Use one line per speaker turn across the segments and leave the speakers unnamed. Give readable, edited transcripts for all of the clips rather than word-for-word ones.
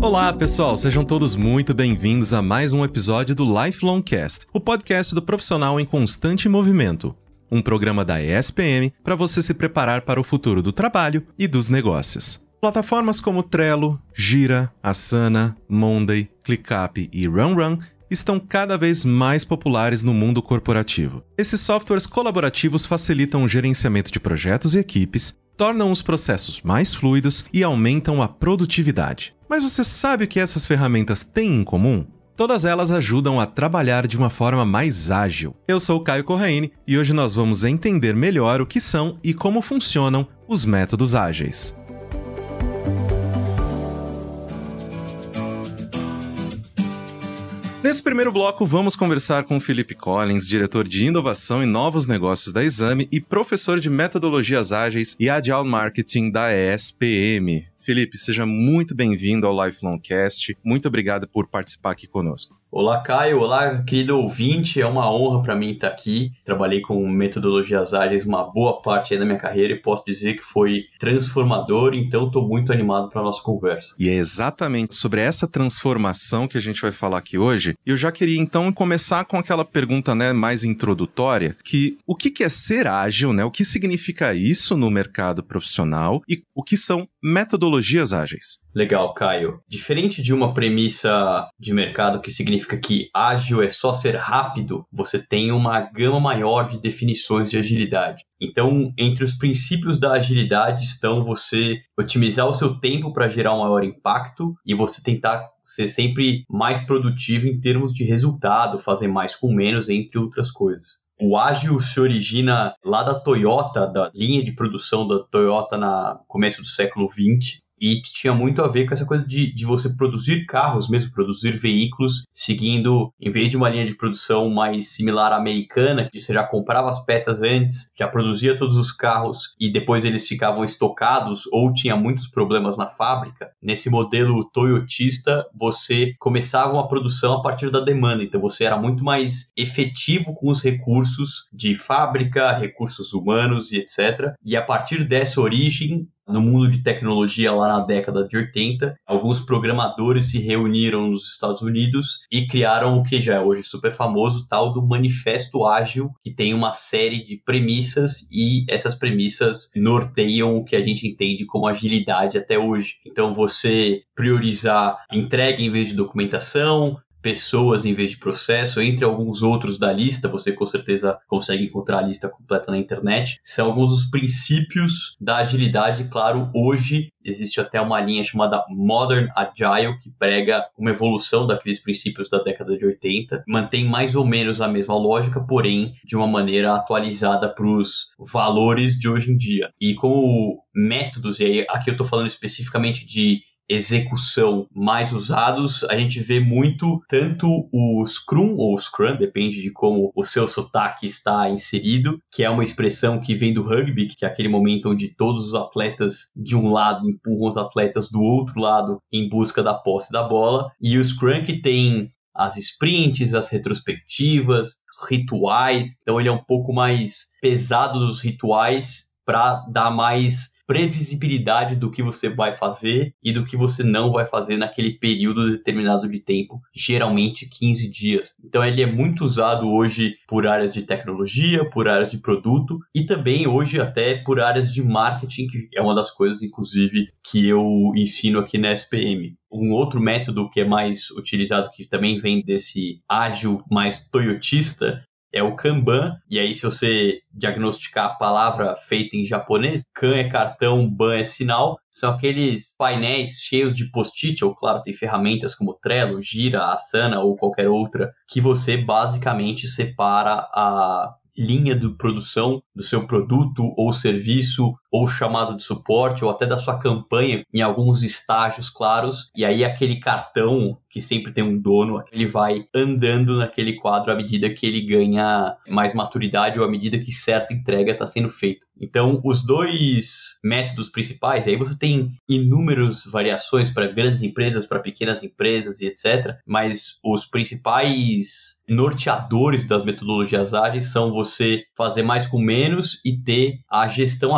Olá, pessoal, sejam todos muito bem-vindos a mais um episódio do Lifelong Cast, o podcast do profissional em constante movimento. Um programa da ESPM para você se preparar para o futuro do trabalho e dos negócios. Plataformas como Trello, Gira, Asana, Monday, ClickUp e RunRun estão cada vez mais populares no mundo corporativo. Esses softwares colaborativos facilitam o gerenciamento de projetos e equipes, tornam os processos mais fluidos e aumentam a produtividade. Mas você sabe o que essas ferramentas têm em comum? Todas elas ajudam a trabalhar de uma forma mais ágil. Eu sou o Caio Corraine e hoje nós vamos entender melhor o que são e como funcionam os métodos ágeis. Nesse primeiro bloco, vamos conversar com o Felipe Collins, diretor de inovação e novos negócios da Exame e professor de metodologias ágeis e Agile Marketing da ESPM. Felipe, seja muito bem-vindo ao Lifelong Cast. Muito obrigado por participar aqui conosco.
Olá, Caio. Olá, querido ouvinte. É uma honra para mim estar aqui. Trabalhei com metodologias ágeis uma boa parte da minha carreira e posso dizer que foi transformador, então estou muito animado para a nossa conversa.
E é exatamente sobre essa transformação que a gente vai falar aqui hoje. Eu já queria então começar com aquela pergunta, mais introdutória, que o que é ser ágil, O que significa isso no mercado profissional e o que são metodologias ágeis?
Legal, Caio. Diferente de uma premissa de mercado que significa que ágil é só ser rápido, você tem uma gama maior de definições de agilidade. Então, entre os princípios da agilidade estão você otimizar o seu tempo para gerar um maior impacto e você tentar ser sempre mais produtivo em termos de resultado, fazer mais com menos, entre outras coisas. O ágil se origina lá da Toyota, da linha de produção da Toyota no começo do século XX, e tinha muito a ver com essa coisa de você produzir carros mesmo, produzir veículos, seguindo, em vez de uma linha de produção mais similar à americana, que você já comprava as peças antes, já produzia todos os carros e depois eles ficavam estocados ou tinha muitos problemas na fábrica. Nesse modelo toyotista, você começava uma produção a partir da demanda, então você era muito mais efetivo com os recursos de fábrica, recursos humanos e etc. E a partir dessa origem, no mundo de tecnologia lá na década de 80, alguns programadores se reuniram nos Estados Unidos e criaram o que já é hoje super famoso, o tal do Manifesto Ágil, que tem uma série de premissas e essas premissas norteiam o que a gente entende como agilidade até hoje. Então você priorizar entrega em vez de documentação, pessoas em vez de processo, entre alguns outros da lista, você com certeza consegue encontrar a lista completa na internet, são alguns dos princípios da agilidade. Claro, hoje existe até uma linha chamada Modern Agile, que prega uma evolução daqueles princípios da década de 80, mantém mais ou menos a mesma lógica, porém de uma maneira atualizada para os valores de hoje em dia. E como métodos, e aí aqui eu estou falando especificamente de execução mais usados, a gente vê muito tanto o Scrum ou Scrum, depende de como o seu sotaque está inserido, que é uma expressão que vem do rugby, que é aquele momento onde todos os atletas de um lado empurram os atletas do outro lado em busca da posse da bola, e o Scrum que tem as sprints, as retrospectivas, rituais, então ele é um pouco mais pesado dos rituais para dar mais previsibilidade do que você vai fazer e do que você não vai fazer naquele período determinado de tempo, geralmente 15 dias. Então ele é muito usado hoje por áreas de tecnologia, por áreas de produto e também hoje até por áreas de marketing, que é uma das coisas, inclusive, que eu ensino aqui na SPM. Um outro método que é mais utilizado, que também vem desse ágil mais toyotista, é o Kanban, e aí se você diagnosticar a palavra feita em japonês, Kan é cartão, Ban é sinal, são aqueles painéis cheios de post-it, ou claro, tem ferramentas como Trello, Gira, Asana ou qualquer outra, que você basicamente separa a linha de produção do seu produto ou serviço ou chamado de suporte ou até da sua campanha em alguns estágios claros, e aí aquele cartão que sempre tem um dono, ele vai andando naquele quadro à medida que ele ganha mais maturidade ou à medida que certa entrega está sendo feita. Então, os dois métodos principais, aí você tem inúmeras variações para grandes empresas, para pequenas empresas e etc., mas os principais norteadores das metodologias ágeis são você fazer mais com menos e ter a gestão à vista.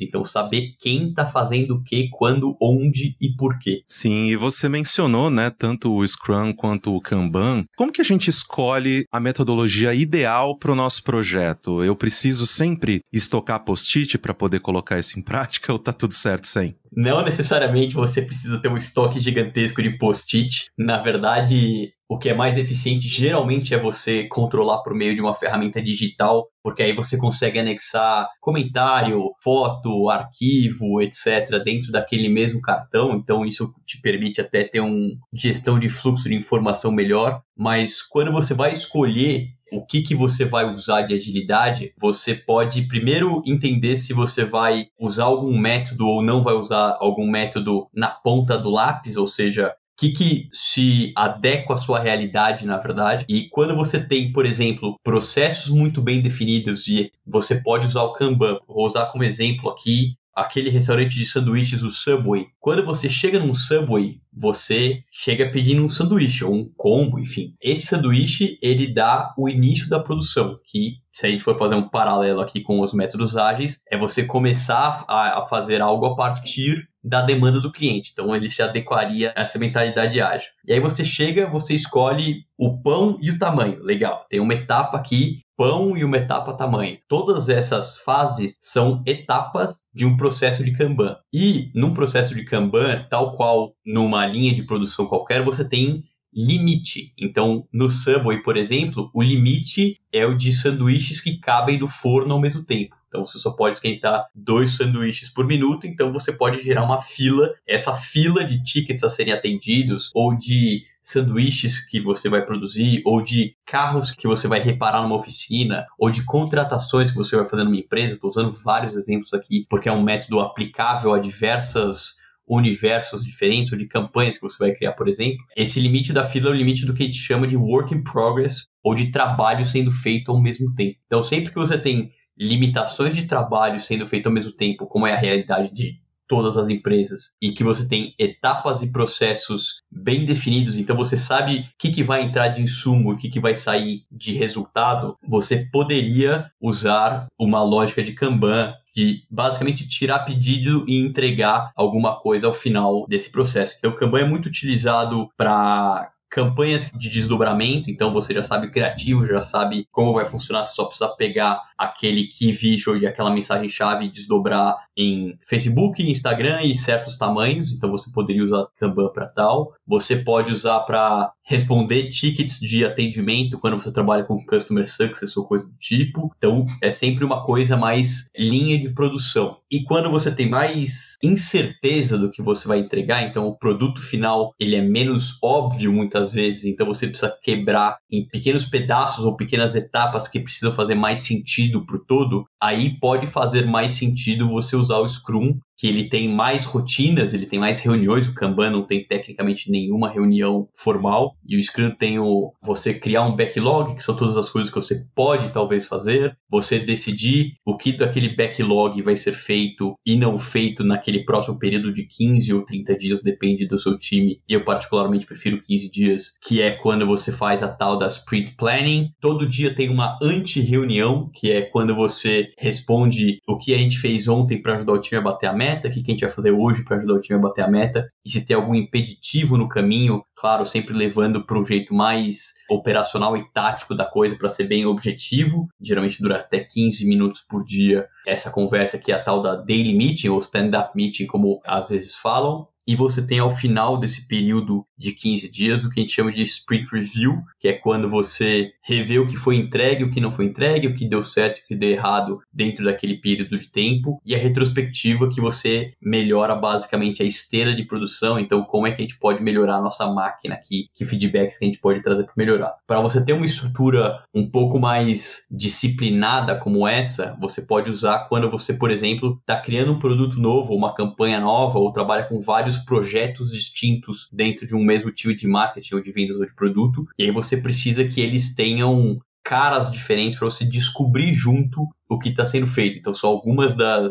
Então, saber quem está fazendo o que, quando, onde e por quê.
Sim, e você mencionou, né, tanto o Scrum quanto o Kanban. Como que a gente escolhe a metodologia ideal para o nosso projeto? Eu preciso sempre estocar post-it para poder colocar isso em prática ou tá tudo certo sem?
Não necessariamente você precisa ter um estoque gigantesco de post-it. Na verdade, o que é mais eficiente geralmente é você controlar por meio de uma ferramenta digital, porque aí você consegue anexar comentário, foto, arquivo, etc. dentro daquele mesmo cartão. Então isso te permite até ter uma gestão de fluxo de informação melhor. Mas quando você vai escolher o que você vai usar de agilidade, você pode primeiro entender se você vai usar algum método ou não vai usar algum método na ponta do lápis, ou seja, o que se adequa à sua realidade, na verdade. E quando você tem, por exemplo, processos muito bem definidos e você pode usar o Kanban, vou usar como exemplo aqui aquele restaurante de sanduíches, o Subway. Quando você chega num Subway, você chega pedindo um sanduíche ou um combo, enfim. Esse sanduíche, ele dá o início da produção, que se a gente for fazer um paralelo aqui com os métodos ágeis, é você começar a fazer algo a partir da demanda do cliente. Então, ele se adequaria a essa mentalidade ágil. E aí você chega, você escolhe o pão e o tamanho. Legal, tem uma etapa aqui, pão e uma etapa tamanho. Todas essas fases são etapas de um processo de Kanban. E num processo de Kanban, tal qual numa linha de produção qualquer, você tem limite. Então, no Subway, por exemplo, o limite é o de sanduíches que cabem no forno ao mesmo tempo. Então, você só pode esquentar 2 sanduíches por minuto, então você pode gerar uma fila. Essa fila de tickets a serem atendidos, ou de sanduíches que você vai produzir, ou de carros que você vai reparar numa oficina, ou de contratações que você vai fazer numa empresa. Estou usando vários exemplos aqui, porque é um método aplicável a diversas universos diferentes, ou de campanhas que você vai criar, por exemplo. Esse limite da fila é o limite do que a gente chama de work in progress, ou de trabalho sendo feito ao mesmo tempo. Então, sempre que você tem limitações de trabalho sendo feito ao mesmo tempo, como é a realidade de todas as empresas, e que você tem etapas e processos bem definidos, então você sabe o que vai entrar de insumo e o que vai sair de resultado, você poderia usar uma lógica de Kanban, de basicamente tirar pedido e entregar alguma coisa ao final desse processo. Então, o Kanban é muito utilizado para campanhas de desdobramento, então você já sabe o criativo, já sabe como vai funcionar, você só precisa pegar aquele key visual e aquela mensagem-chave e desdobrar em Facebook, Instagram e certos tamanhos, então você poderia usar Kanban para tal. Você pode usar para responder tickets de atendimento quando você trabalha com Customer Success ou coisa do tipo. Então, é sempre uma coisa mais linha de produção. E quando você tem mais incerteza do que você vai entregar, então o produto final ele é menos óbvio muitas vezes, então você precisa quebrar em pequenos pedaços ou pequenas etapas que precisam fazer mais sentido para o todo, aí pode fazer mais sentido você usar o Scrum, que ele tem mais rotinas, ele tem mais reuniões. O Kanban não tem tecnicamente nenhuma reunião formal, e o Scrum tem você criar um backlog, que são todas as coisas que você pode talvez fazer, você decidir o que daquele backlog vai ser feito e não feito naquele próximo período de 15 ou 30 dias, depende do seu time, e eu particularmente prefiro 15 dias, que é quando você faz a tal da Sprint Planning. Todo dia tem uma anti-reunião, que é quando você responde o que a gente fez ontem para ajudar o time a bater a meta, o que a gente vai fazer hoje para ajudar o time a bater a meta, e se tem algum impeditivo no caminho, claro, sempre levando para um jeito mais operacional e tático da coisa, para ser bem objetivo. Geralmente dura até 15 minutos por dia essa conversa, que é a tal da daily meeting ou stand-up meeting, como às vezes falam. E você tem ao final desse período de 15 dias o que a gente chama de Sprint Review, que é quando você revê o que foi entregue, o que não foi entregue, o que deu certo e o que deu errado dentro daquele período de tempo, e a retrospectiva, que você melhora basicamente a esteira de produção. Então, como é que a gente pode melhorar a nossa máquina aqui, que feedbacks que a gente pode trazer para melhorar. Para você ter uma estrutura um pouco mais disciplinada como essa, você pode usar quando você, por exemplo, está criando um produto novo, uma campanha nova, ou trabalha com vários projetos distintos dentro de um mesmo time de marketing ou de vendas ou de produto, e aí você precisa que eles tenham caras diferentes para você descobrir junto o que está sendo feito. Então, são algumas das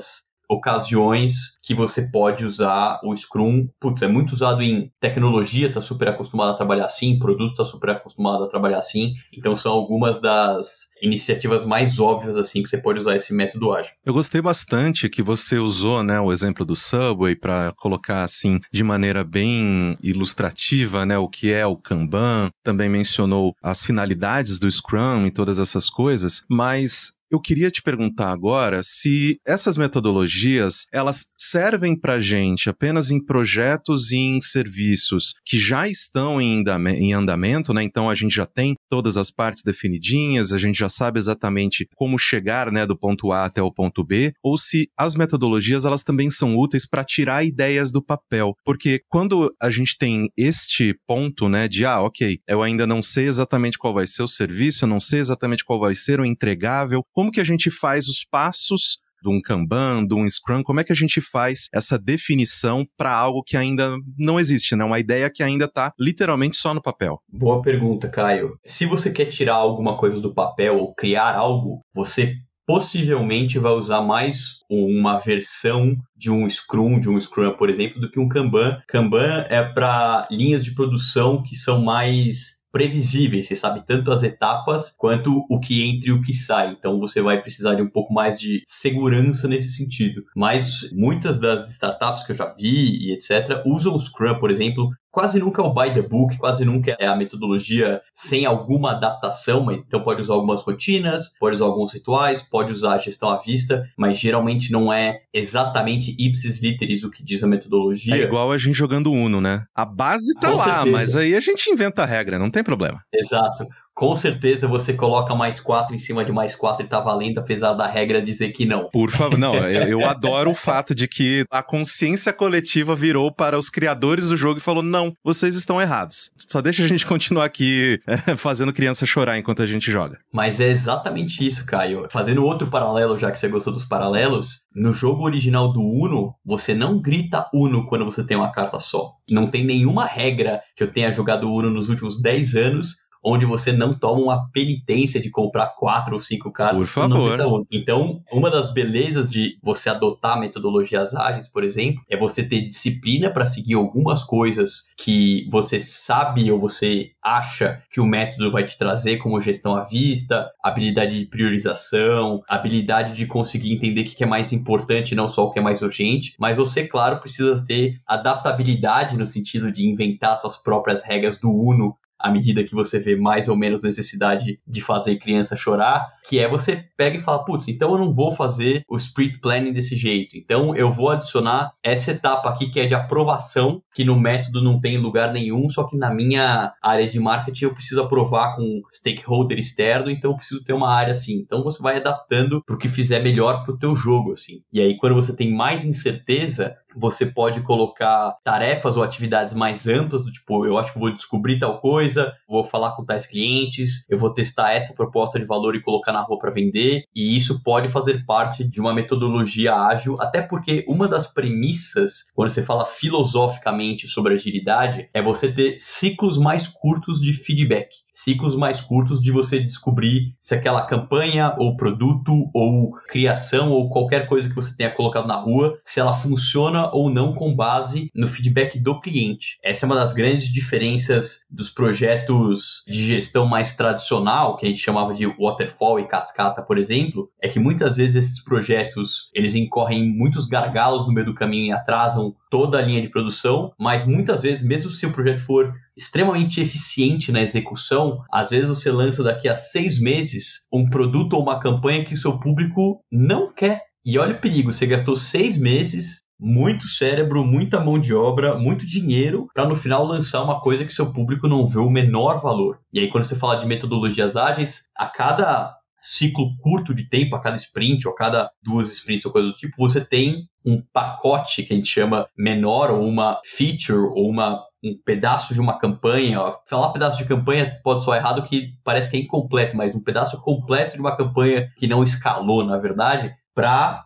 ocasiões que você pode usar o Scrum. Putz, é muito usado em tecnologia, tá super acostumado a trabalhar assim, produto tá super acostumado a trabalhar assim. Então são algumas das iniciativas mais óbvias assim que você pode usar esse método ágil.
Eu gostei bastante que você usou, né, o exemplo do Subway para colocar assim de maneira bem ilustrativa, né, o que é o Kanban. Também mencionou as finalidades do Scrum e todas essas coisas, mas eu queria te perguntar agora se essas metodologias, elas servem para a gente apenas em projetos e em serviços que já estão em andamento, né? Então a gente já tem todas as partes definidinhas, a gente já sabe exatamente como chegar, né, do ponto A até o ponto B, ou se as metodologias, elas também são úteis para tirar ideias do papel. Porque quando a gente tem este ponto, né, de, ok, eu ainda não sei exatamente qual vai ser o serviço, eu não sei exatamente qual vai ser o entregável, como que a gente faz os passos de um Kanban, de um Scrum, como é que a gente faz essa definição para algo que ainda não existe, né? Uma ideia que ainda está literalmente só no papel?
Boa pergunta, Caio. Se você quer tirar alguma coisa do papel ou criar algo, você possivelmente vai usar mais uma versão de um Scrum, por exemplo, do que um Kanban. Kanban é para linhas de produção que são mais previsíveis, você sabe tanto as etapas quanto o que entra e o que sai, então você vai precisar de um pouco mais de segurança nesse sentido, mas muitas das startups que eu já vi e etc, usam o Scrum, por exemplo. Quase nunca é o by the book, quase nunca é a metodologia sem alguma adaptação, mas então pode usar algumas rotinas, pode usar alguns rituais, pode usar a gestão à vista, mas geralmente não é exatamente ipsis literis o que diz a metodologia.
É igual a gente jogando Uno, né? A base tá lá, certeza. Mas aí a gente inventa a regra, não tem problema.
Exato. Com certeza você coloca mais 4 em cima de mais 4 e tá valendo, apesar da regra dizer que não.
Por favor, não, eu adoro o fato de que a consciência coletiva virou para os criadores do jogo e falou, não, vocês estão errados. Só deixa a gente continuar aqui fazendo criança chorar enquanto a gente joga.
Mas é exatamente isso, Caio. Fazendo outro paralelo, já que você gostou dos paralelos, no jogo original do Uno, você não grita Uno quando você tem uma carta só. Não tem nenhuma regra que eu tenha jogado Uno nos últimos 10 anos onde você não toma uma penitência de comprar 4 ou 5 cartas.
Por favor.
Então, uma das belezas de você adotar metodologias ágeis, por exemplo, é você ter disciplina para seguir algumas coisas que você sabe ou você acha que o método vai te trazer, como gestão à vista, habilidade de priorização, habilidade de conseguir entender o que é mais importante, não só o que é mais urgente, mas você, claro, precisa ter adaptabilidade no sentido de inventar suas próprias regras do Uno à medida que você vê mais ou menos necessidade de fazer criança chorar, que é você pega e fala, putz, então eu não vou fazer o sprint planning desse jeito, então eu vou adicionar essa etapa aqui que é de aprovação, que no método não tem lugar nenhum, só que na minha área de marketing eu preciso aprovar com stakeholder externo, então eu preciso ter uma área assim. Então você vai adaptando para o que fizer melhor para o teu jogo, assim. E aí quando você tem mais incerteza, você pode colocar tarefas ou atividades mais amplas, do tipo, eu acho que vou descobrir tal coisa, vou falar com tais clientes, eu vou testar essa proposta de valor e colocar na rua para vender, e isso pode fazer parte de uma metodologia ágil, até porque uma das premissas, quando você fala filosoficamente sobre agilidade, é você ter ciclos mais curtos de feedback, ciclos mais curtos de você descobrir se aquela campanha ou produto ou criação ou qualquer coisa que você tenha colocado na rua, se ela funciona ou não com base no feedback do cliente. Essa é uma das grandes diferenças dos projetos de gestão mais tradicional, que a gente chamava de waterfall e cascata, por exemplo, é que muitas vezes esses projetos, eles incorrem muitos gargalos no meio do caminho e atrasam toda a linha de produção, mas muitas vezes, mesmo se o projeto for extremamente eficiente na execução, às vezes você lança daqui a 6 meses um produto ou uma campanha que o seu público não quer. E olha o perigo, você gastou 6 meses, muito cérebro, muita mão de obra, muito dinheiro, para no final lançar uma coisa que seu público não vê o menor valor. E aí quando você fala de metodologias ágeis, a cada ciclo curto de tempo, a cada sprint ou a cada 2 sprints ou coisa do tipo, você tem um pacote que a gente chama menor, ou uma feature, ou um pedaço de uma campanha. Falar pedaço de campanha pode soar errado, que parece que é incompleto, mas um pedaço completo de uma campanha que não escalou, na verdade, para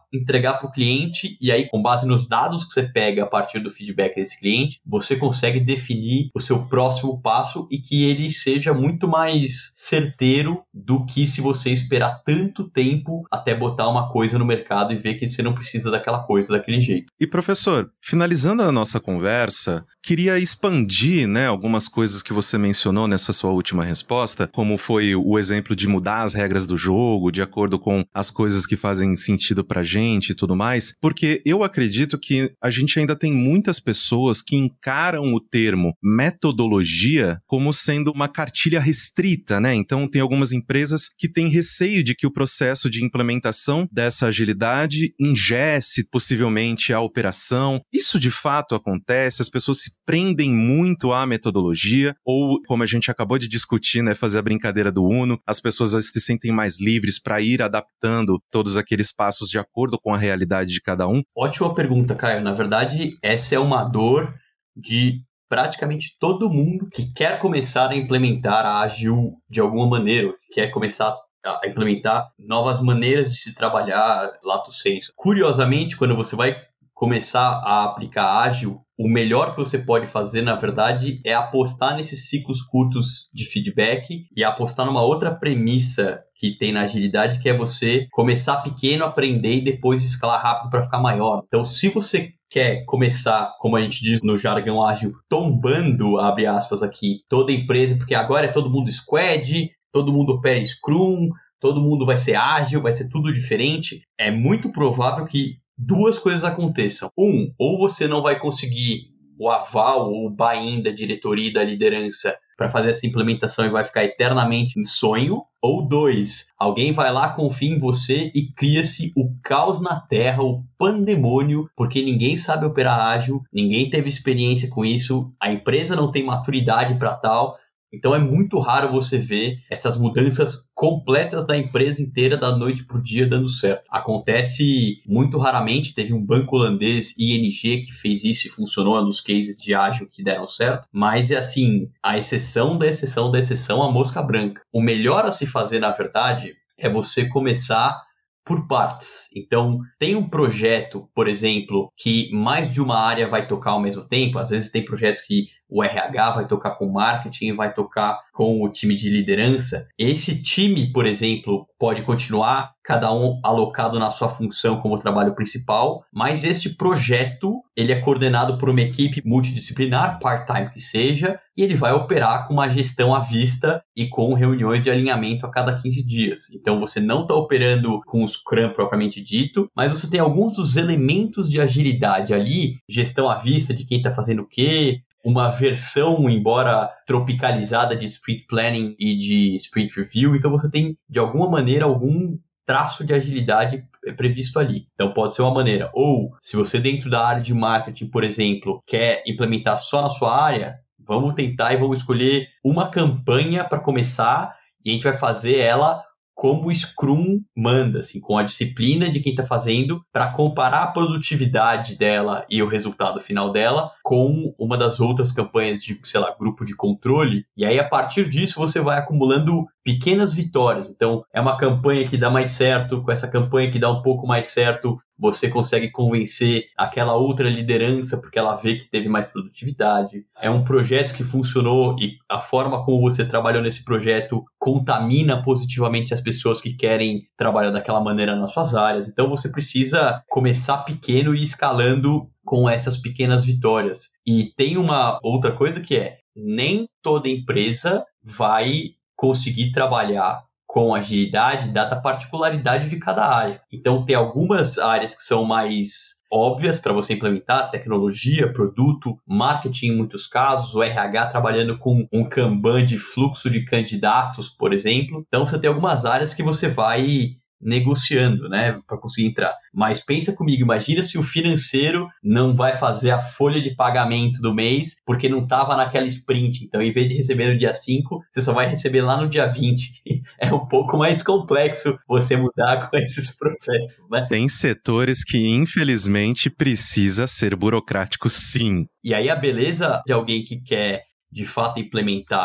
entregar para o cliente e aí, com base nos dados que você pega a partir do feedback desse cliente, você consegue definir o seu próximo passo e que ele seja muito mais certeiro do que se você esperar tanto tempo até botar uma coisa no mercado e ver que você não precisa daquela coisa daquele jeito.
E professor, finalizando a nossa conversa, queria expandir, né, algumas coisas que você mencionou nessa sua última resposta, como foi o exemplo de mudar as regras do jogo de acordo com as coisas que fazem sentido pra gente e tudo mais, porque eu acredito que a gente ainda tem muitas pessoas que encaram o termo metodologia como sendo uma cartilha restrita, né? Então tem algumas empresas que têm receio de que o processo de implementação dessa agilidade ingesse possivelmente a operação. Isso de fato acontece, as pessoas se prendem muito à metodologia, ou como a gente acabou de discutir, né, fazer a brincadeira do Uno, as pessoas se sentem mais livres para ir adaptando todos aqueles passos de acordo com a realidade de cada um?
Ótima pergunta, Caio. Na verdade, essa é uma dor de praticamente todo mundo que quer começar a implementar a Agile de alguma maneira, que quer começar a implementar novas maneiras de se trabalhar lato sensu. Curiosamente, quando você vai começar a aplicar Agile, o melhor que você pode fazer, na verdade, é apostar nesses ciclos curtos de feedback e apostar numa outra premissa que tem na agilidade, que é você começar pequeno, aprender e depois escalar rápido para ficar maior. Então, se você quer começar, como a gente diz no jargão ágil, tombando, abre aspas aqui, toda empresa, porque agora é todo mundo squad, todo mundo opera Scrum, todo mundo vai ser ágil, vai ser tudo diferente, é muito provável que duas coisas aconteçam. Ou você não vai conseguir o aval ou o buy-in da diretoria e da liderança para fazer essa implementação e vai ficar eternamente em sonho. Ou 2, alguém vai lá, confia em você e cria-se o caos na terra, o pandemônio, porque ninguém sabe operar ágil, ninguém teve experiência com isso, a empresa não tem maturidade para tal. Então é muito raro você ver essas mudanças completas da empresa inteira da noite para o dia dando certo. Acontece muito raramente, teve um banco holandês, ING, que fez isso e funcionou nos cases de ágil que deram certo, mas é assim, a exceção da exceção da exceção, a mosca branca. O melhor a se fazer, na verdade, é você começar por partes. Então, tem um projeto, por exemplo, que mais de uma área vai tocar ao mesmo tempo. Às vezes tem projetos que o RH vai tocar com o marketing, vai tocar com o time de liderança. Esse time, por exemplo, pode continuar, cada um alocado na sua função como trabalho principal, mas este projeto, ele é coordenado por uma equipe multidisciplinar, part-time que seja, e ele vai operar com uma gestão à vista e com reuniões de alinhamento a cada 15 dias. Então, você não está operando com o Scrum propriamente dito, mas você tem alguns dos elementos de agilidade ali, gestão à vista de quem está fazendo o quê, uma versão, embora tropicalizada, de Sprint Planning e de Sprint Review. Então, você tem, de alguma maneira, algum traço de agilidade previsto ali. Então, pode ser uma maneira. Ou, se você dentro da área de marketing, por exemplo, quer implementar só na sua área, vamos tentar e vamos escolher uma campanha para começar e a gente vai fazer ela como o Scrum manda, assim, com a disciplina de quem está fazendo, para comparar a produtividade dela e o resultado final dela com uma das outras campanhas de, sei lá, grupo de controle. E aí, a partir disso, você vai acumulando pequenas vitórias. Então, é uma campanha que dá mais certo, com essa campanha que dá um pouco mais certo, você consegue convencer aquela outra liderança porque ela vê que teve mais produtividade. É um projeto que funcionou e a forma como você trabalhou nesse projeto contamina positivamente as pessoas que querem trabalhar daquela maneira nas suas áreas. Então você precisa começar pequeno e ir escalando com essas pequenas vitórias. E tem uma outra coisa que é, nem toda empresa vai conseguir trabalhar com agilidade, dada a particularidade de cada área. Então, tem algumas áreas que são mais óbvias para você implementar, tecnologia, produto, marketing em muitos casos, o RH trabalhando com um Kanban de fluxo de candidatos, por exemplo. Então, você tem algumas áreas que você vai negociando, né, para conseguir entrar. Mas pensa comigo, imagina se o financeiro não vai fazer a folha de pagamento do mês porque não estava naquela sprint. Então, em vez de receber no dia 5, você só vai receber lá no dia 20. É um pouco mais complexo você mudar com esses processos, né?
Tem setores que, infelizmente, precisa ser burocrático, sim.
E aí a beleza de alguém que quer, de fato, implementar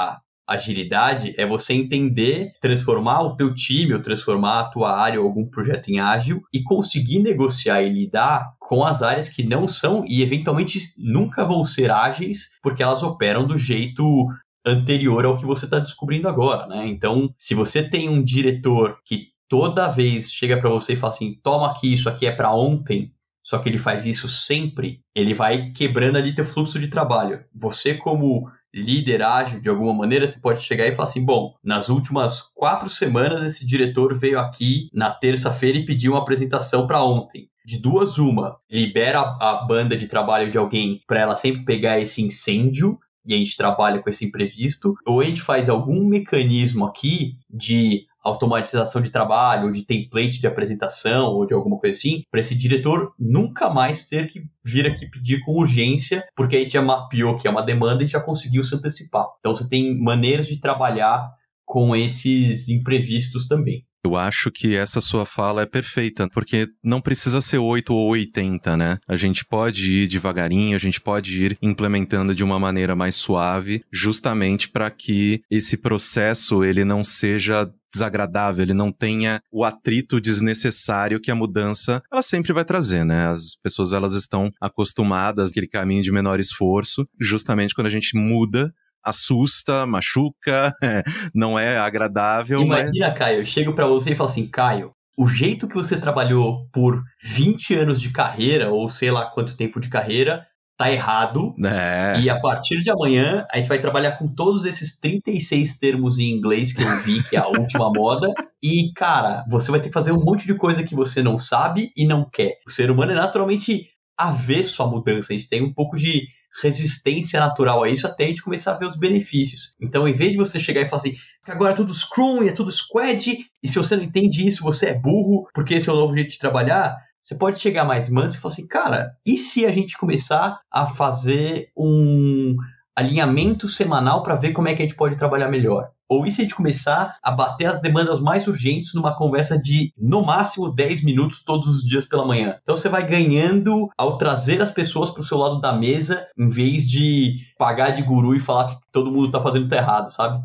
agilidade é você entender, transformar o teu time, ou transformar a tua área ou algum projeto em ágil e conseguir negociar e lidar com as áreas que não são e eventualmente nunca vão ser ágeis porque elas operam do jeito anterior ao que você está descobrindo agora, né? Então, se você tem um diretor que toda vez chega para você e fala assim, toma aqui, isso aqui é para ontem, só que ele faz isso sempre, ele vai quebrando ali teu fluxo de trabalho. Você, como líder ágil, de alguma maneira, você pode chegar e falar assim, bom, nas últimas 4 semanas esse diretor veio aqui na terça-feira e pediu uma apresentação para ontem. De duas, uma, libera a banda de trabalho de alguém para ela sempre pegar esse incêndio, e a gente trabalha com esse imprevisto, ou a gente faz algum mecanismo aqui de automatização de trabalho, ou de template de apresentação, ou de alguma coisa assim, para esse diretor nunca mais ter que vir aqui pedir com urgência, porque a gente já mapeou que é uma demanda e já conseguiu se antecipar. Então você tem maneiras de trabalhar com esses imprevistos também.
Eu acho que essa sua fala é perfeita, porque não precisa ser 8 ou 80, né? A gente pode ir devagarinho, a gente pode ir implementando de uma maneira mais suave, justamente para que esse processo ele não seja desagradável, ele não tenha o atrito desnecessário que a mudança ela sempre vai trazer, né? As pessoas elas estão acostumadas àquele caminho de menor esforço, justamente quando a gente muda, assusta, machuca, não é agradável.
Imagina,
mas...
Caio, eu chego pra você e falo assim, Caio, o jeito que você trabalhou por 20 anos de carreira, ou sei lá quanto tempo de carreira, tá errado. E a partir de amanhã, a gente vai trabalhar com todos esses 36 termos em inglês que eu vi, que é a última moda. E, cara, você vai ter que fazer um monte de coisa que você não sabe e não quer. O ser humano é naturalmente avesso à mudança. A gente tem um pouco de resistência natural a isso até a gente começar a ver os benefícios. Então, em vez de você chegar e falar assim, agora é tudo Scrum e é tudo Squad, e se você não entende isso, você é burro, porque esse é o novo jeito de trabalhar, você pode chegar mais manso e falar assim, cara, e se a gente começar a fazer um alinhamento semanal para ver como é que a gente pode trabalhar melhor? Ou e se a gente começar a bater as demandas mais urgentes numa conversa de, no máximo, 10 minutos todos os dias pela manhã? Então você vai ganhando ao trazer as pessoas para o seu lado da mesa, em vez de pagar de guru e falar que todo mundo está fazendo tá errado, sabe?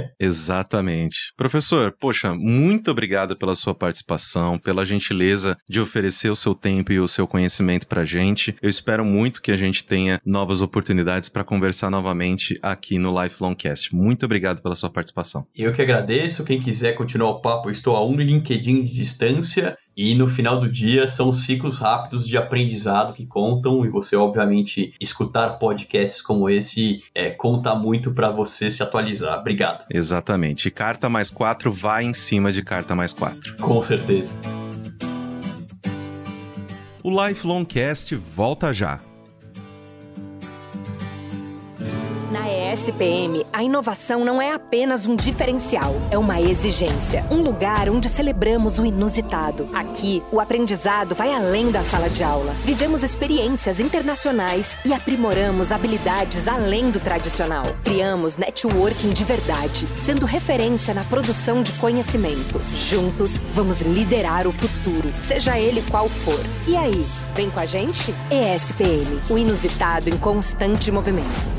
Exatamente. Professor, poxa, muito obrigado pela sua participação, pela gentileza de oferecer o seu tempo e o seu conhecimento pra gente. Eu espero muito que a gente tenha novas oportunidades para conversar novamente aqui no Lifelong Cast. Muito obrigado pela sua participação.
Eu que agradeço. Quem quiser continuar o papo, eu estou a um LinkedIn de distância. E no final do dia são ciclos rápidos de aprendizado que contam, e você, obviamente, escutar podcasts como esse conta muito para você se atualizar. Obrigado.
Exatamente. E Carta Mais 4 vai em cima de Carta Mais 4.
Com certeza.
O Lifelong Cast volta já.
Na ESPM, a inovação não é apenas um diferencial, é uma exigência. Um lugar onde celebramos o inusitado. Aqui, o aprendizado vai além da sala de aula. Vivemos experiências internacionais e aprimoramos habilidades além do tradicional. Criamos networking de verdade, sendo referência na produção de conhecimento. Juntos, vamos liderar o futuro, seja ele qual for. E aí, vem com a gente? ESPM, o inusitado em constante movimento.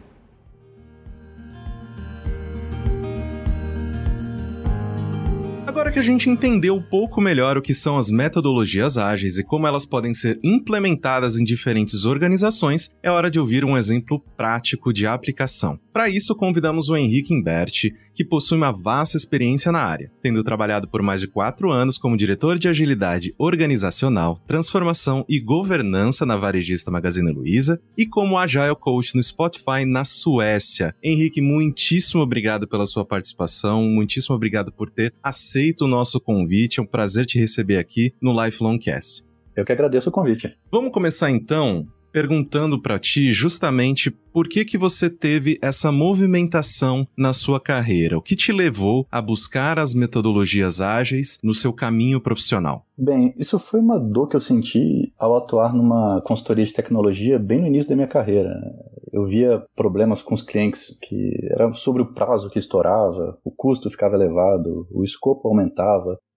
Agora que a gente entendeu um pouco melhor o que são as metodologias ágeis e como elas podem ser implementadas em diferentes organizações, é hora de ouvir um exemplo prático de aplicação. Para isso, convidamos o Henrique Imberti, que possui uma vasta experiência na área, tendo trabalhado por mais de 4 anos como diretor de agilidade organizacional, transformação e governança na varejista Magazine Luiza e como Agile Coach no Spotify na Suécia. Henrique, muitíssimo obrigado pela sua participação, muitíssimo obrigado por ter aceito o nosso convite, é um prazer te receber aqui no Lifelong Cast.
Eu que agradeço o convite.
Vamos começar então perguntando para ti justamente por que você teve essa movimentação na sua carreira, o que te levou a buscar as metodologias ágeis no seu caminho profissional?
Bem, isso foi uma dor que eu senti ao atuar numa consultoria de tecnologia bem no início da minha carreira. Eu via problemas com os clientes que era sobre o prazo que estourava, o custo ficava elevado, o escopo aumentava.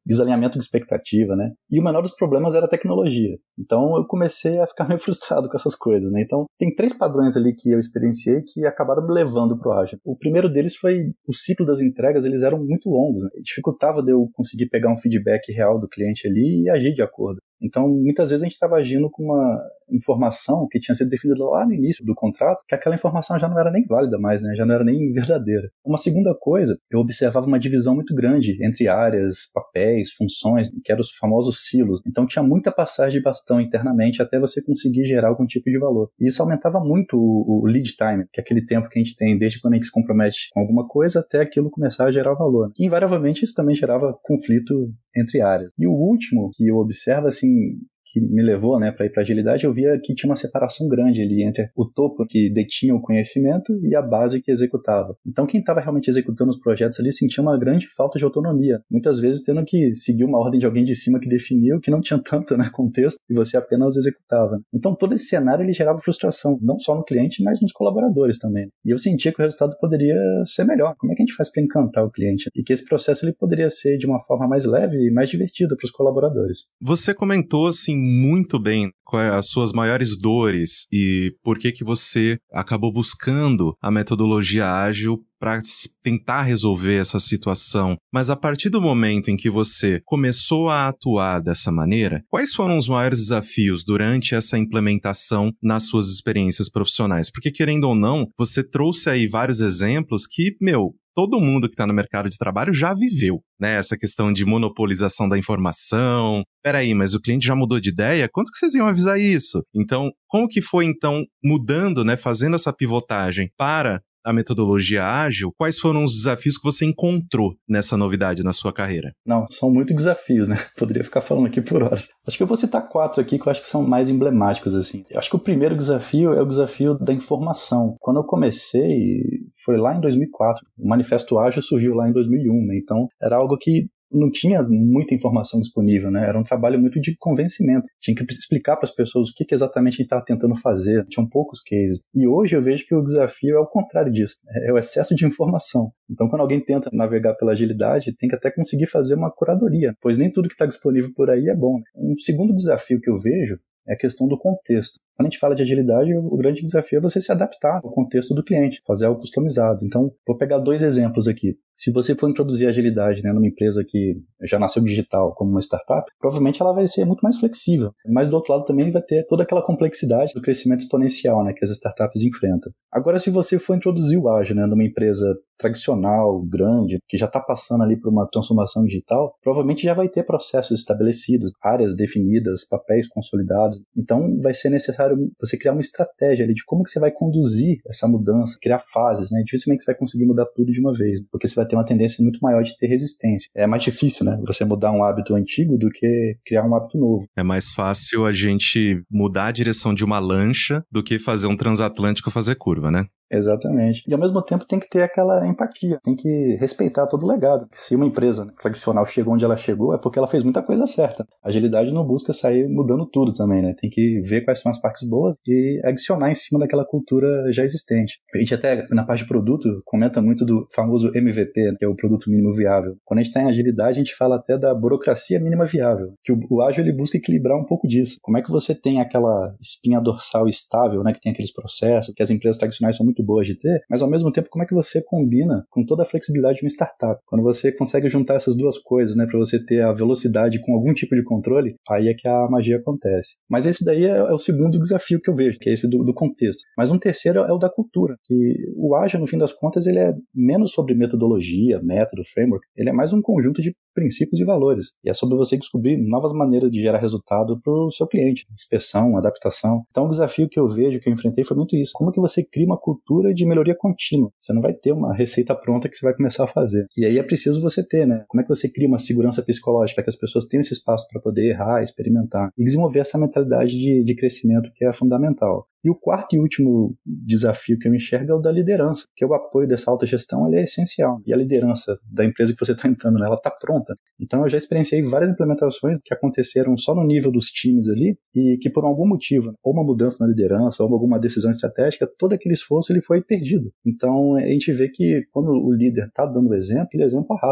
desalinhamento de expectativa, né? E o menor dos problemas era a tecnologia. Então eu comecei a ficar meio frustrado com essas coisas, né? Então tem 3 padrões ali que eu experienciei que acabaram me levando pro ágil. O primeiro deles foi o ciclo das entregas, eles eram muito longos, né? Dificultava de eu conseguir pegar um feedback real do cliente ali e agir de acordo. Então, muitas vezes a gente estava agindo com uma informação que tinha sido definida lá no início do contrato, que aquela informação já não era nem válida mais, né? Já não era nem verdadeira. Uma segunda coisa, eu observava uma divisão muito grande entre áreas, papéis, funções, que eram os famosos silos. Então, tinha muita passagem de bastão internamente até você conseguir gerar algum tipo de valor. E isso aumentava muito o lead time, que é aquele tempo que a gente tem desde quando a gente se compromete com alguma coisa até aquilo começar a gerar valor. E, invariavelmente, isso também gerava conflito entre áreas. E o último que eu observo, assim, que me levou, né, para ir para agilidade, eu via que tinha uma separação grande ali entre o topo que detinha o conhecimento e a base que executava. Então quem estava realmente executando os projetos ali sentia uma grande falta de autonomia, muitas vezes tendo que seguir uma ordem de alguém de cima que definiu, que não tinha tanto, né, contexto, e você apenas executava. Então todo esse cenário ele gerava frustração, não só no cliente, mas nos colaboradores também. E eu sentia que o resultado poderia ser melhor. Como é que a gente faz para encantar o cliente? E que esse processo ele poderia ser de uma forma mais leve e mais divertida para os colaboradores.
Você comentou, assim, muito bem quais as suas maiores dores e por que você acabou buscando a metodologia ágil para tentar resolver essa situação. Mas a partir do momento em que você começou a atuar dessa maneira, quais foram os maiores desafios durante essa implementação nas suas experiências profissionais? Porque, querendo ou não, você trouxe aí vários exemplos que, todo mundo que está no mercado de trabalho já viveu, né? Essa questão de monopolização da informação. Peraí, mas o cliente já mudou de ideia? Quanto que vocês iam avisar isso? Então, como que foi, então, mudando, né? Fazendo essa pivotagem para a metodologia ágil, quais foram os desafios que você encontrou nessa novidade na sua carreira?
Não, são muitos desafios, né? Poderia ficar falando aqui por horas. Acho que eu vou citar 4 aqui que eu acho que são mais emblemáticos, assim. Eu acho que o primeiro desafio é o desafio da informação. Quando eu comecei, foi lá em 2004. O Manifesto Ágil surgiu lá em 2001, né? Então, era algo que não tinha muita informação disponível, né? Era um trabalho muito de convencimento. Tinha que explicar para as pessoas o que exatamente a gente estava tentando fazer. Tinham poucos cases. E hoje eu vejo que o desafio é o contrário disso. É o excesso de informação. Então, quando alguém tenta navegar pela agilidade, tem que até conseguir fazer uma curadoria, pois nem tudo que está disponível por aí é bom, né? Um segundo desafio que eu vejo é a questão do contexto. Quando a gente fala de agilidade, o grande desafio é você se adaptar ao contexto do cliente, fazer algo customizado. Então, vou pegar 2 exemplos aqui. Se você for introduzir agilidade, né, numa empresa que já nasceu digital, como uma startup, provavelmente ela vai ser muito mais flexível. Mas, do outro lado, também vai ter toda aquela complexidade do crescimento exponencial, né, que as startups enfrentam. Agora, se você for introduzir o ágil, né, numa empresa tradicional, grande, que já está passando ali por uma transformação digital, provavelmente já vai ter processos estabelecidos, áreas definidas, papéis consolidados. Então, vai ser necessário você criar uma estratégia ali de como que você vai conduzir essa mudança, criar fases, né? Dificilmente você vai conseguir mudar tudo de uma vez, porque você vai ter uma tendência muito maior de ter resistência. É mais difícil, né? Você mudar um hábito antigo do que criar um hábito novo.
É mais fácil a gente mudar a direção de uma lancha do que fazer um transatlântico fazer curva, né?
Exatamente. E ao mesmo tempo tem que ter aquela empatia, tem que respeitar todo o legado. Se uma empresa tradicional chegou onde ela chegou, é porque ela fez muita coisa certa. A agilidade não busca sair mudando tudo também, né? Tem que ver quais são as partes boas e adicionar em cima daquela cultura já existente. A gente até, na parte de produto, comenta muito do famoso MVP, que é o produto mínimo viável. Quando a gente está em agilidade, a gente fala até da burocracia mínima viável, que o ágil ele busca equilibrar um pouco disso. Como é que você tem aquela espinha dorsal estável, né? Que tem aqueles processos, que as empresas tradicionais são muito boas de ter, mas ao mesmo tempo como é que você combina com toda a flexibilidade de uma startup? Quando você consegue juntar essas duas coisas, né, para você ter a velocidade com algum tipo de controle, aí é que a magia acontece. Mas esse daí é o segundo desafio que eu vejo, que é esse do contexto. Mas um terceiro é o da cultura, que o ágil, no fim das contas, ele é menos sobre metodologia, método, framework, ele é mais um conjunto de princípios e valores. E é sobre você descobrir novas maneiras de gerar resultado para o seu cliente, inspeção, adaptação. Então o desafio que eu vejo, que eu enfrentei, foi muito isso. Como que você cria uma cultura de melhoria contínua? Você não vai ter uma receita pronta que você vai começar a fazer. E aí é preciso você ter, né? Como é que você cria uma segurança psicológica para que as pessoas tenham esse espaço para poder errar, experimentar e desenvolver essa mentalidade de crescimento que é fundamental. E o quarto e último desafio que eu enxergo é o da liderança, que o apoio dessa alta gestão ele é essencial. E a liderança da empresa que você está entrando, né, ela está pronta. Então eu já experienciei várias implementações que aconteceram só no nível dos times ali e que por algum motivo, ou uma mudança na liderança, ou alguma decisão estratégica, todo aquele esforço ele foi perdido. Então a gente vê que quando o líder está dando exemplo, aquele exemplo arrasta.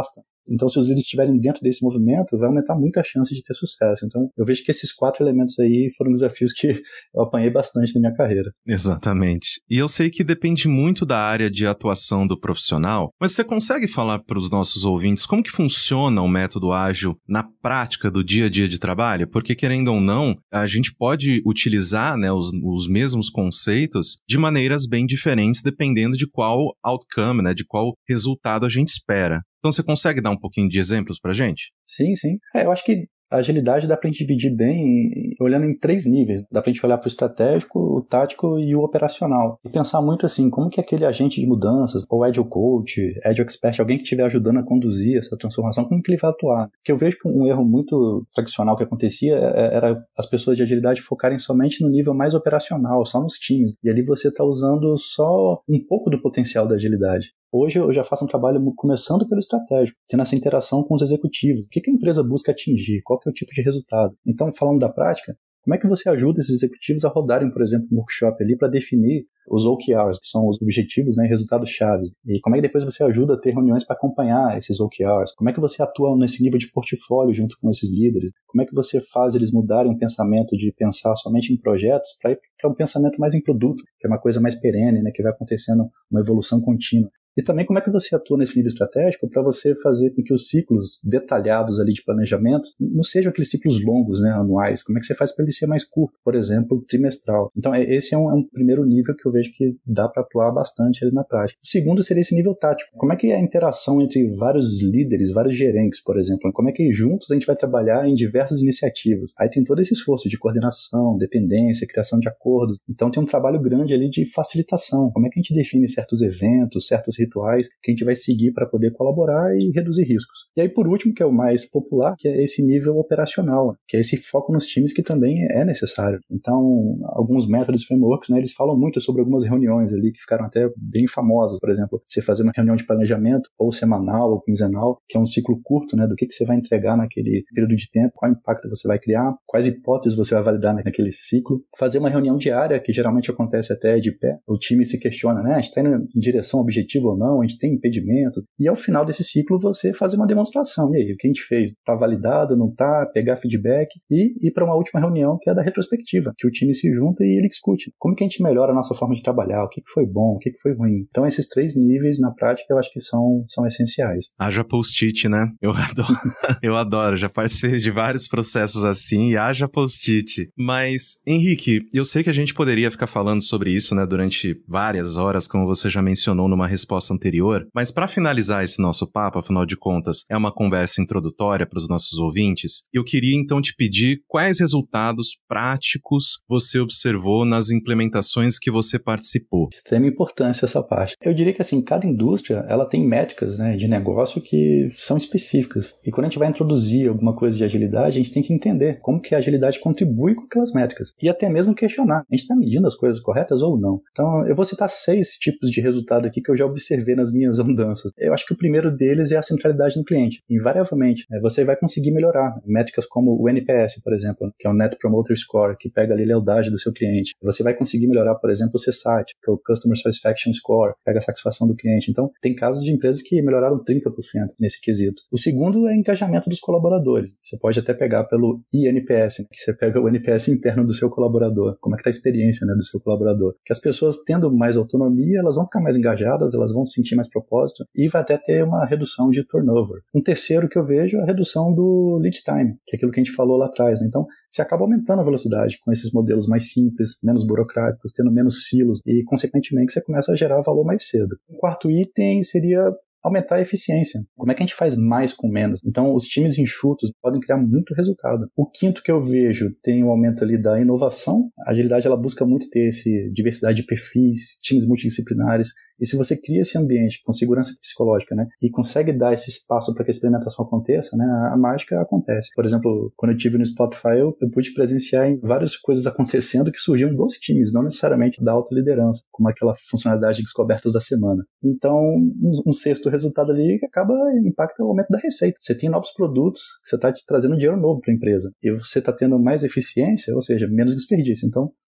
Então, se os líderes estiverem dentro desse movimento, vai aumentar muito a chance de ter sucesso. Então, eu vejo que esses 4 elementos aí foram desafios que eu apanhei bastante na minha carreira.
Exatamente. E eu sei que depende muito da área de atuação do profissional, mas você consegue falar para os nossos ouvintes como que funciona o método ágil na prática do dia a dia de trabalho? Porque, querendo ou não, a gente pode utilizar, né, os mesmos conceitos de maneiras bem diferentes, dependendo de qual outcome, né, de qual resultado a gente espera. Então, você consegue dar um pouquinho de exemplos pra gente?
Sim, sim. Eu acho que a agilidade dá pra gente dividir bem olhando em 3 níveis. Dá pra gente olhar pro estratégico, o tático e o operacional. E pensar muito assim, como que aquele agente de mudanças, ou Agile Coach, Agile Expert, alguém que estiver ajudando a conduzir essa transformação, como que ele vai atuar? Porque eu vejo que um erro muito tradicional que acontecia era as pessoas de agilidade focarem somente no nível mais operacional, só nos times. E ali você tá usando só um pouco do potencial da agilidade. Hoje eu já faço um trabalho começando pelo estratégico, tendo essa interação com os executivos. O que a empresa busca atingir? Qual que é o tipo de resultado? Então, falando da prática, como é que você ajuda esses executivos a rodarem, por exemplo, um workshop ali para definir os OKRs, que são os objetivos, né, resultados chaves? E como é que depois você ajuda a ter reuniões para acompanhar esses OKRs? Como é que você atua nesse nível de portfólio junto com esses líderes? Como é que você faz eles mudarem o pensamento de pensar somente em projetos para ir para um pensamento mais em produto, que é uma coisa mais perene, né, que vai acontecendo uma evolução contínua? E também como é que você atua nesse nível estratégico para você fazer com que os ciclos detalhados ali de planejamento não sejam aqueles ciclos longos, né, anuais. Como é que você faz para ele ser mais curto, por exemplo, trimestral? Então esse é um primeiro nível que eu vejo que dá para atuar bastante ali na prática. O segundo seria esse nível tático. Como é que é a interação entre vários líderes, vários gerentes, por exemplo? Como é que juntos a gente vai trabalhar em diversas iniciativas? Aí tem todo esse esforço de coordenação, dependência, criação de acordos. Então tem um trabalho grande ali de facilitação. Como é que a gente define certos eventos, certos rituais que a gente vai seguir para poder colaborar e reduzir riscos. E aí, por último, que é o mais popular, que é esse nível operacional, que é esse foco nos times que também é necessário. Então, alguns métodos, frameworks, né, eles falam muito sobre algumas reuniões ali que ficaram até bem famosas. Por exemplo, você fazer uma reunião de planejamento, ou semanal, ou quinzenal, que é um ciclo curto, né, do que você vai entregar naquele período de tempo, qual impacto você vai criar, quais hipóteses você vai validar naquele ciclo. Fazer uma reunião diária, que geralmente acontece até de pé. O time se questiona, né, a gente está indo em direção ao objetivo ou não, a gente tem impedimentos, e ao final desse ciclo você fazer uma demonstração, e aí, o que a gente fez? Está validado, não está? Pegar feedback e ir para uma última reunião que é da retrospectiva, que o time se junta e ele discute. Como que a gente melhora a nossa forma de trabalhar? O que foi bom? O que foi ruim? Então esses 3 níveis na prática eu acho que são essenciais.
Haja post-it, né? Eu adoro. Eu adoro, já participei de vários processos assim e haja post-it. Mas, Henrique, eu sei que a gente poderia ficar falando sobre isso, né, durante várias horas, como você já mencionou numa resposta anterior, mas para finalizar esse nosso papo, afinal de contas, é uma conversa introdutória para os nossos ouvintes, eu queria então te pedir quais resultados práticos você observou nas implementações que você participou.
Extrema importância essa parte. Eu diria que assim, cada indústria, ela tem métricas, né, de negócio que são específicas. E quando a gente vai introduzir alguma coisa de agilidade, a gente tem que entender como que a agilidade contribui com aquelas métricas. E até mesmo questionar, a gente está medindo as coisas corretas ou não? Então, eu vou citar 6 tipos de resultado aqui que eu já observei nas minhas andanças. Eu acho que o primeiro deles é a centralidade no cliente. Invariavelmente, você vai conseguir melhorar métricas como o NPS, por exemplo, que é o Net Promoter Score, que pega ali a lealdade do seu cliente. Você vai conseguir melhorar, por exemplo, o CSAT, que é o Customer Satisfaction Score, pega a satisfação do cliente. Então, tem casos de empresas que melhoraram 30% nesse quesito. O segundo é o engajamento dos colaboradores. Você pode até pegar pelo INPS, que você pega o NPS interno do seu colaborador. Como é que está a experiência, né, do seu colaborador? Que as pessoas tendo mais autonomia, elas vão ficar mais engajadas, elas vão se sentir mais propósito e vai até ter uma redução de turnover. Um terceiro que eu vejo é a redução do lead time, que é aquilo que a gente falou lá atrás, né? Então, você acaba aumentando a velocidade com esses modelos mais simples, menos burocráticos, tendo menos silos e, consequentemente, você começa a gerar valor mais cedo. O quarto item seria aumentar a eficiência. Como é que a gente faz mais com menos? Então, os times enxutos podem criar muito resultado. O quinto que eu vejo tem o aumento ali da inovação. A agilidade, ela busca muito ter essa diversidade de perfis, times multidisciplinares. E se você cria esse ambiente com segurança psicológica, né, e consegue dar esse espaço para que a experimentação aconteça, né, a mágica acontece. Por exemplo, quando eu estive no Spotify, eu pude presenciar em várias coisas acontecendo que surgiam dos times, não necessariamente da alta liderança, como aquela funcionalidade de descobertas da semana. Então, um sexto resultado ali que impacta o aumento da receita. Você tem novos produtos, você está trazendo dinheiro novo para a empresa. E você está tendo mais eficiência, ou seja, menos desperdício. Então,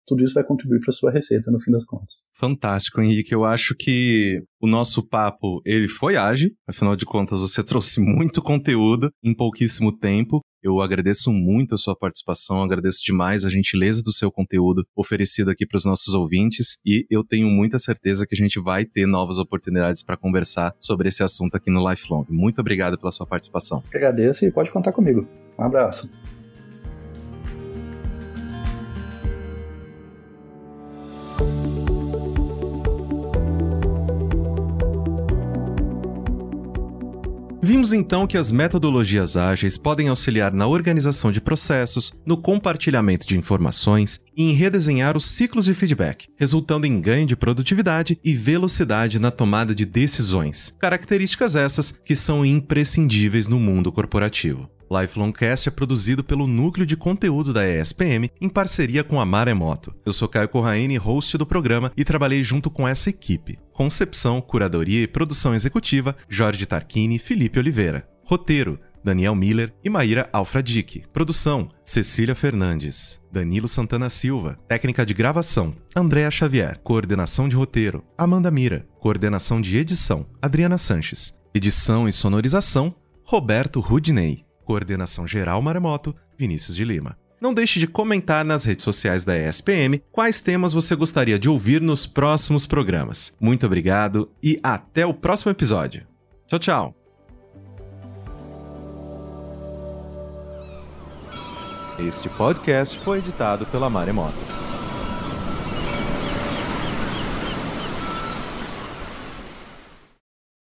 tudo isso vai contribuir para a sua receita no fim das contas.
Fantástico, Henrique. Eu acho que o nosso papo, ele foi ágil. Afinal de contas, você trouxe muito conteúdo em pouquíssimo tempo. Eu agradeço muito a sua participação, agradeço demais a gentileza do seu conteúdo oferecido aqui para os nossos ouvintes e eu tenho muita certeza que a gente vai ter novas oportunidades para conversar sobre esse assunto aqui no Lifelong. Muito obrigado pela sua participação.
Eu agradeço e pode contar comigo. Um abraço.
Vimos então que as metodologias ágeis podem auxiliar na organização de processos, no compartilhamento de informações e em redesenhar os ciclos de feedback, resultando em ganho de produtividade e velocidade na tomada de decisões. Características essas que são imprescindíveis no mundo corporativo. Lifelongcast é produzido pelo Núcleo de Conteúdo da ESPM em parceria com a Maremoto. Eu sou Caio Corraine, host do programa, e trabalhei junto com essa equipe. Concepção, curadoria e produção executiva, Jorge Tarquini e Felipe Oliveira. Roteiro, Daniel Miller e Maíra Alfradique. Produção, Cecília Fernandes. Danilo Santana Silva. Técnica de gravação, Andréa Xavier. Coordenação de roteiro, Amanda Mira. Coordenação de edição, Adriana Sanches. Edição e sonorização, Roberto Rudinei. Coordenação geral Maremoto, Vinícius de Lima. Não deixe de comentar nas redes sociais da ESPM quais temas você gostaria de ouvir nos próximos programas. Muito obrigado e até o próximo episódio. Tchau, tchau! Este podcast foi editado pela Maremoto.